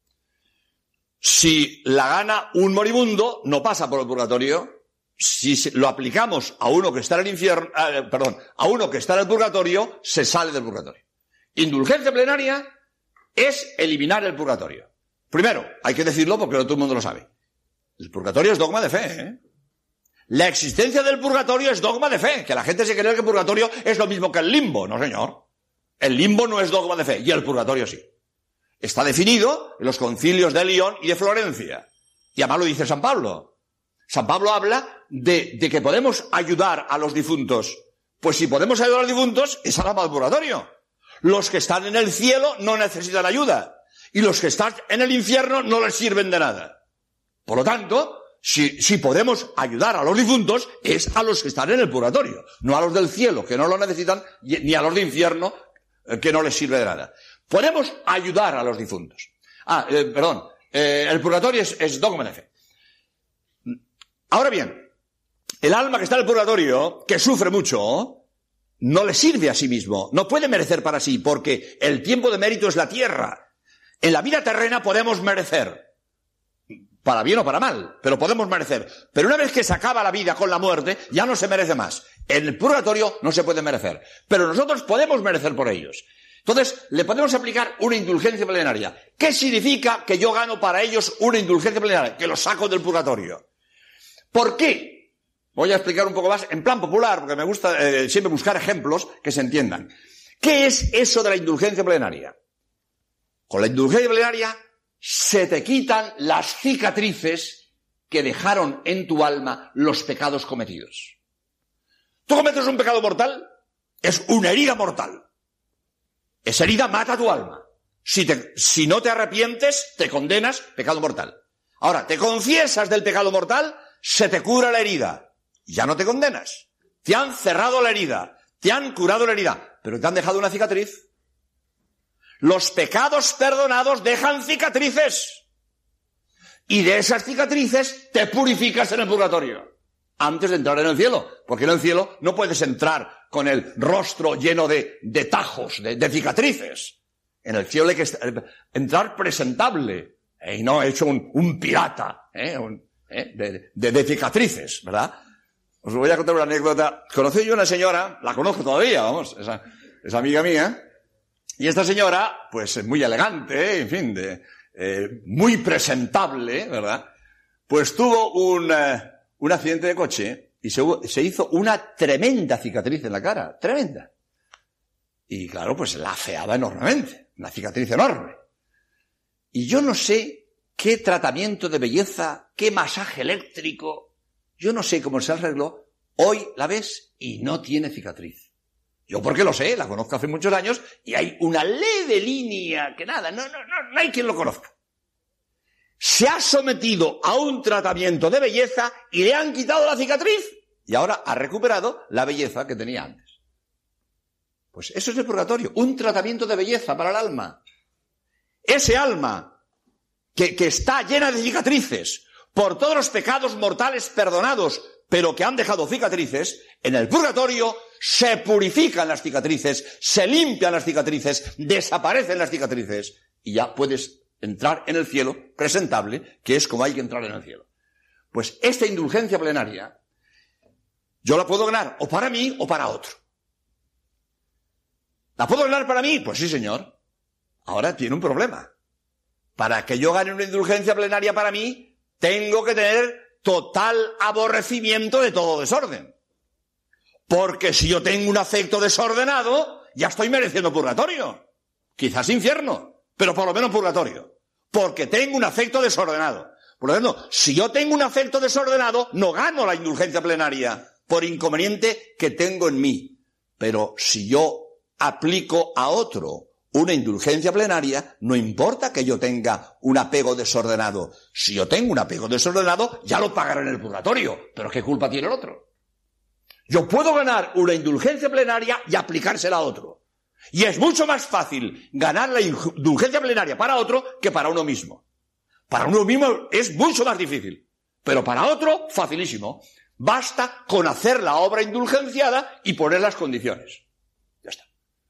Si la gana un moribundo, no pasa por el purgatorio. Si lo aplicamos a uno que está en el infierno, eh, perdón, a uno que está en el purgatorio, se sale del purgatorio. Indulgencia plenaria es eliminar el purgatorio. Primero, hay que decirlo porque no todo el mundo lo sabe. El purgatorio es dogma de fe, ¿eh? La existencia del purgatorio es dogma de fe. Que la gente se cree que el purgatorio es lo mismo que el limbo. No, señor. El limbo no es dogma de fe y el purgatorio sí. Está definido en los concilios de León y de Florencia. Y además lo dice San Pablo. San Pablo habla de, de que podemos ayudar a los difuntos. Pues si podemos ayudar a los difuntos, es alma del purgatorio. Los que están en el cielo no necesitan ayuda. Y los que están en el infierno no les sirven de nada. Por lo tanto, si, si podemos ayudar a los difuntos, es a los que están en el purgatorio. No a los del cielo, que no lo necesitan, ni a los de infierno, que no les sirve de nada. Podemos ayudar a los difuntos. Ah, eh, perdón, eh, el purgatorio es, es dogma de fe. Ahora bien, el alma que está en el purgatorio, que sufre mucho, no le sirve a sí mismo, no puede merecer para sí, porque el tiempo de mérito es la tierra. En la vida terrena podemos merecer, para bien o para mal, pero podemos merecer. Pero una vez que se acaba la vida con la muerte, ya no se merece más. En el purgatorio no se puede merecer, pero nosotros podemos merecer por ellos. Entonces, le podemos aplicar una indulgencia plenaria. ¿Qué significa que yo gano para ellos una indulgencia plenaria? Que los saco del purgatorio. ¿Por qué? Voy a explicar un poco más en plan popular, porque me gusta eh, siempre buscar ejemplos que se entiendan. ¿Qué es eso de la indulgencia plenaria? Con la indulgencia plenaria se te quitan las cicatrices que dejaron en tu alma los pecados cometidos. Tú cometes un pecado mortal, es una herida mortal. Esa herida mata tu alma. Si, te, si no te arrepientes, te condenas, pecado mortal. Ahora, te confiesas del pecado mortal, se te cura la herida. Ya no te condenas. Te han cerrado la herida, te han curado la herida, pero te han dejado una cicatriz. Los pecados perdonados dejan cicatrices. Y de esas cicatrices te purificas en el purgatorio. Antes de entrar en el cielo. Porque en el cielo no puedes entrar con el rostro lleno de, de tajos, de, de cicatrices. En el cielo hay que entrar presentable. ¿eh? Y no hecho un, un pirata, ¿eh? Un, ¿eh? De, de, de cicatrices, ¿verdad? Os voy a contar una anécdota. Conocí yo una señora, la conozco todavía, vamos, esa, esa amiga mía. Y esta señora, pues muy elegante, en fin, de, eh, muy presentable, ¿verdad? Pues tuvo un, eh, un accidente de coche y se, se hizo una tremenda cicatriz en la cara, tremenda. Y claro, pues la afeaba enormemente, una cicatriz enorme. Y yo no sé qué tratamiento de belleza, qué masaje eléctrico, yo no sé cómo se arregló, hoy la ves y no tiene cicatriz. Yo porque lo sé, la conozco hace muchos años y hay una leve línea que nada, no, no, no, no hay quien lo conozca. Se ha sometido a un tratamiento de belleza y le han quitado la cicatriz y ahora ha recuperado la belleza que tenía antes. Pues eso es el purgatorio, un tratamiento de belleza para el alma. Ese alma que, que está llena de cicatrices por todos los pecados mortales perdonados, pero que han dejado cicatrices, en el purgatorio se purifican las cicatrices, se limpian las cicatrices, desaparecen las cicatrices y ya puedes entrar en el cielo presentable, que es como hay que entrar en el cielo. Pues esta indulgencia plenaria yo la puedo ganar o para mí o para otro. ¿La puedo ganar para mí? Pues sí, señor. Ahora tiene un problema. Para que yo gane una indulgencia plenaria para mí, tengo que tener total aborrecimiento de todo desorden. Porque si yo tengo un afecto desordenado, ya estoy mereciendo purgatorio. Quizás infierno, pero por lo menos purgatorio. Porque tengo un afecto desordenado. Por lo tanto, si yo tengo un afecto desordenado, no gano la indulgencia plenaria por inconveniente que tengo en mí. Pero si yo aplico a otro una indulgencia plenaria, no importa que yo tenga un apego desordenado. Si yo tengo un apego desordenado, ya lo pagaré en el purgatorio. Pero ¿qué culpa tiene el otro? Yo puedo ganar una indulgencia plenaria y aplicársela a otro. Y es mucho más fácil ganar la indulgencia plenaria para otro que para uno mismo. Para uno mismo es mucho más difícil. Pero para otro, facilísimo. Basta con hacer la obra indulgenciada y poner las condiciones. Ya está.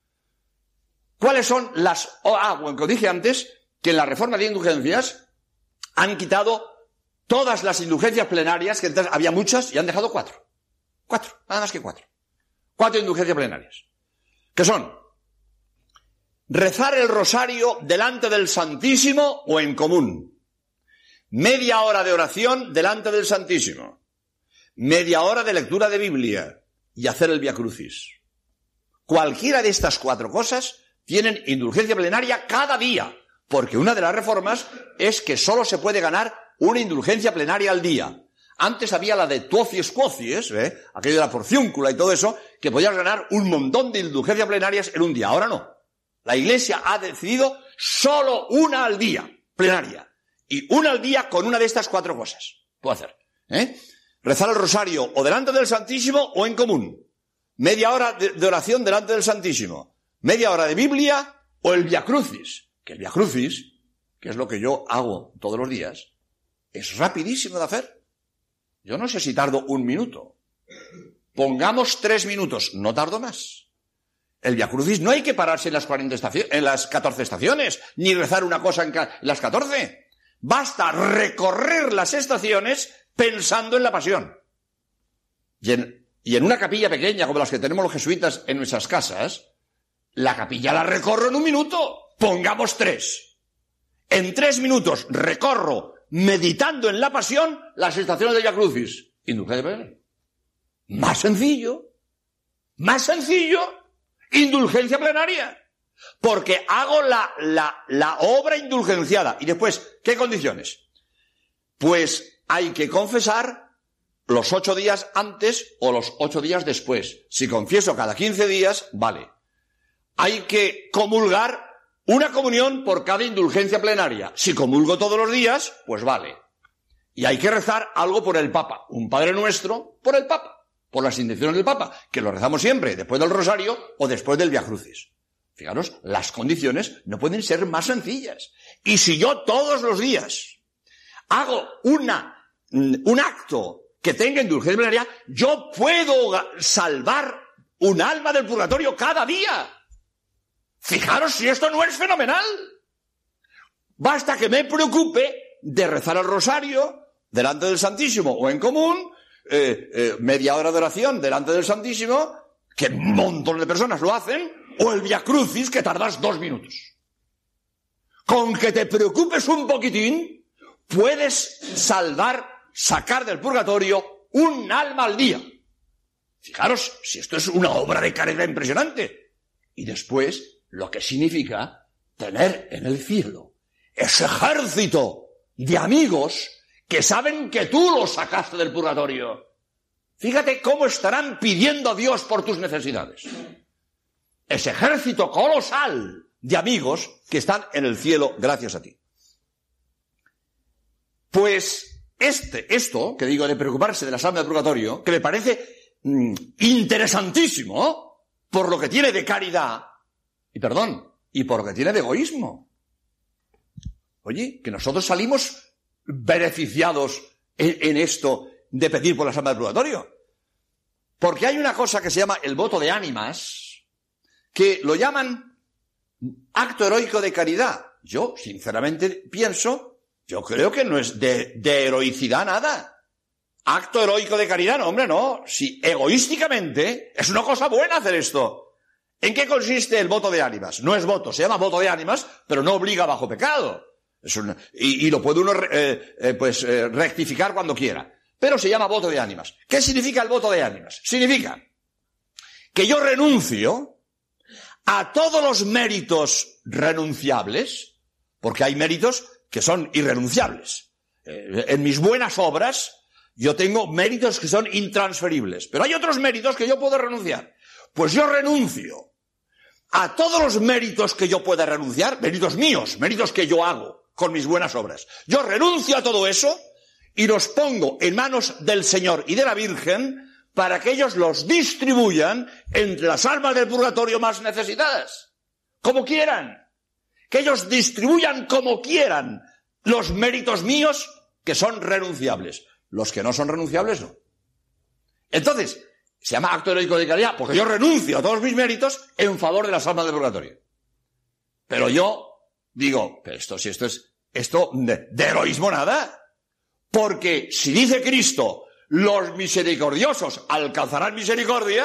¿Cuáles son las... Ah, bueno, que os dije antes, que en la reforma de indulgencias han quitado todas las indulgencias plenarias, que entonces había muchas, y han dejado cuatro. Cuatro, nada más que cuatro. Cuatro indulgencias plenarias. Que son rezar el rosario delante del Santísimo o en común. Media hora de oración delante del Santísimo. Media hora de lectura de Biblia y hacer el Vía Crucis. Cualquiera de estas cuatro cosas tienen indulgencia plenaria cada día, porque una de las reformas es que solo se puede ganar una indulgencia plenaria al día. Antes había la de tuocies quocies, ¿eh? Aquello de la porciúncula y todo eso, que podías ganar un montón de indulgencias plenarias en un día. Ahora no. La Iglesia ha decidido solo una al día, plenaria. Y una al día con una de estas cuatro cosas. Puedo hacer, ¿eh? Rezar el rosario o delante del Santísimo o en común. Media hora de, de oración delante del Santísimo. Media hora de Biblia o el Vía Crucis. Que el Vía Crucis, que es lo que yo hago todos los días, es rapidísimo de hacer. Yo no sé si tardo un minuto. Pongamos tres minutos, no tardo más. El Vía Crucis no hay que pararse en las cuarenta estaciones, en las catorce estaciones, ni rezar una cosa en, en las catorce. Basta recorrer las estaciones pensando en la pasión. Y en, y en una capilla pequeña, como las que tenemos los jesuitas en nuestras casas, la capilla la recorro en un minuto. Pongamos tres. En tres minutos recorro, meditando en la pasión, las estaciones de Vía Crucis. Indulgencia plenaria. Más sencillo. Más sencillo. Indulgencia plenaria. Porque hago la, la, la obra indulgenciada. Y después, ¿qué condiciones? Pues hay que confesar los ocho días antes o los ocho días después. Si confieso cada quince días, vale. Hay que comulgar una comunión por cada indulgencia plenaria. Si comulgo todos los días, pues vale. Y hay que rezar algo por el Papa. Un Padre Nuestro por el Papa. Por las intenciones del Papa. Que lo rezamos siempre, después del Rosario o después del Vía Crucis. Fijaros, las condiciones no pueden ser más sencillas. Y si yo todos los días hago una, un acto que tenga indulgencia plenaria, yo puedo salvar un alma del purgatorio cada día. Fijaros si esto no es fenomenal. Basta que me preocupe de rezar el rosario delante del Santísimo o en común, eh, eh, media hora de oración delante del Santísimo, que un montón de personas lo hacen, o el Vía Crucis, que tardas dos minutos. Con que te preocupes un poquitín, puedes salvar, sacar del purgatorio un alma al día. Fijaros, si esto es una obra de caridad impresionante. Y después, lo que significa tener en el cielo ese ejército de amigos que saben que tú los sacaste del purgatorio. Fíjate cómo estarán pidiendo a Dios por tus necesidades. Ese ejército colosal de amigos que están en el cielo gracias a ti. Pues este, esto que digo de preocuparse de las almas del purgatorio, que me parece mmm, interesantísimo por lo que tiene de caridad, y perdón, y por lo que tiene de egoísmo. Oye, que nosotros salimos beneficiados en, en esto de pedir por las almas del purgatorio. Porque hay una cosa que se llama el voto de ánimas, que lo llaman acto heroico de caridad. Yo, sinceramente, pienso, yo creo que no es de, de heroicidad nada. Acto heroico de caridad, no, hombre, no. Si egoísticamente es una cosa buena hacer esto. ¿En qué consiste el voto de ánimas? No es voto, se llama voto de ánimas, pero no obliga bajo pecado. Es una, y, y lo puede uno eh, eh, pues eh, rectificar cuando quiera. Pero se llama voto de ánimas. ¿Qué significa el voto de ánimas? Significa que yo renuncio a todos los méritos renunciables, porque hay méritos que son irrenunciables. Eh, en mis buenas obras yo tengo méritos que son intransferibles, pero hay otros méritos que yo puedo renunciar. Pues yo renuncio a todos los méritos que yo pueda renunciar, méritos míos, méritos que yo hago con mis buenas obras. Yo renuncio a todo eso y los pongo en manos del Señor y de la Virgen para que ellos los distribuyan entre las almas del purgatorio más necesitadas, como quieran. Que ellos distribuyan como quieran los méritos míos que son renunciables. Los que no son renunciables, no. Entonces, se llama acto heroico de caridad porque yo renuncio a todos mis méritos en favor de las almas del purgatorio. Pero yo digo, pero esto, si esto es, esto de, de heroísmo nada. Porque si dice Cristo, los misericordiosos alcanzarán misericordia,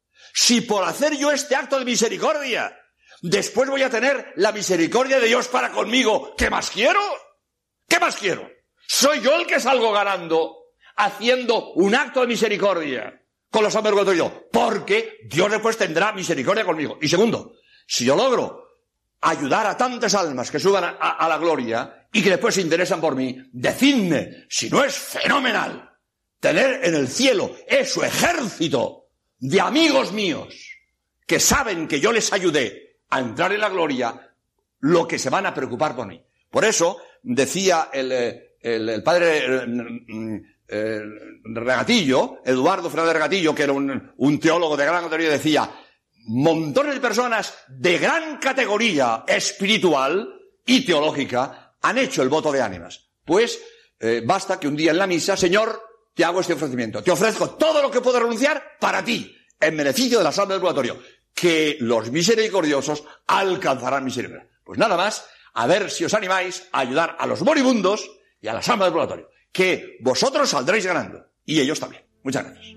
si por hacer yo este acto de misericordia, después voy a tener la misericordia de Dios para conmigo, ¿qué más quiero? ¿Qué más quiero? Soy yo el que salgo ganando haciendo un acto de misericordia con los almas del purgatorio, porque Dios después tendrá misericordia conmigo. Y segundo, si yo logro ayudar a tantas almas que suban a, a, a la gloria y que después se interesan por mí, decidme si no es fenomenal tener en el cielo ese ejército de amigos míos que saben que yo les ayudé a entrar en la gloria, lo que se van a preocupar por mí. Por eso decía el, el, el padre eh, eh, Regatillo, Eduardo Fernández Regatillo, que era un, un teólogo de gran autoridad, decía: montones de personas de gran categoría espiritual y teológica han hecho el voto de ánimas. Pues eh, basta que un día en la misa, Señor, te hago este ofrecimiento. Te ofrezco todo lo que puedo renunciar para ti, en beneficio de las almas del purgatorio, que los misericordiosos alcanzarán misericordia. Pues nada más, a ver si os animáis a ayudar a los moribundos y a las almas del purgatorio, que vosotros saldréis ganando, y ellos también. Muchas gracias.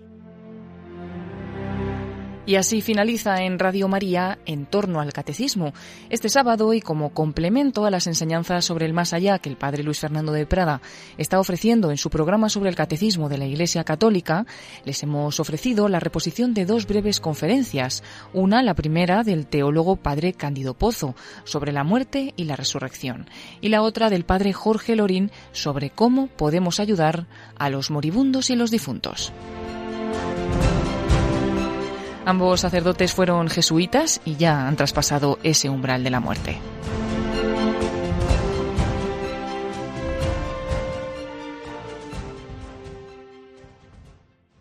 Y así finaliza en Radio María En torno al Catecismo. Este sábado, y como complemento a las enseñanzas sobre el más allá que el padre Luis Fernando de Prada está ofreciendo en su programa sobre el Catecismo de la Iglesia Católica, les hemos ofrecido la reposición de dos breves conferencias. Una, la primera, del teólogo padre Cándido Pozo, sobre la muerte y la resurrección, y la otra del padre Jorge Lorín, sobre cómo podemos ayudar a los moribundos y los difuntos. Ambos sacerdotes fueron jesuitas y ya han traspasado ese umbral de la muerte.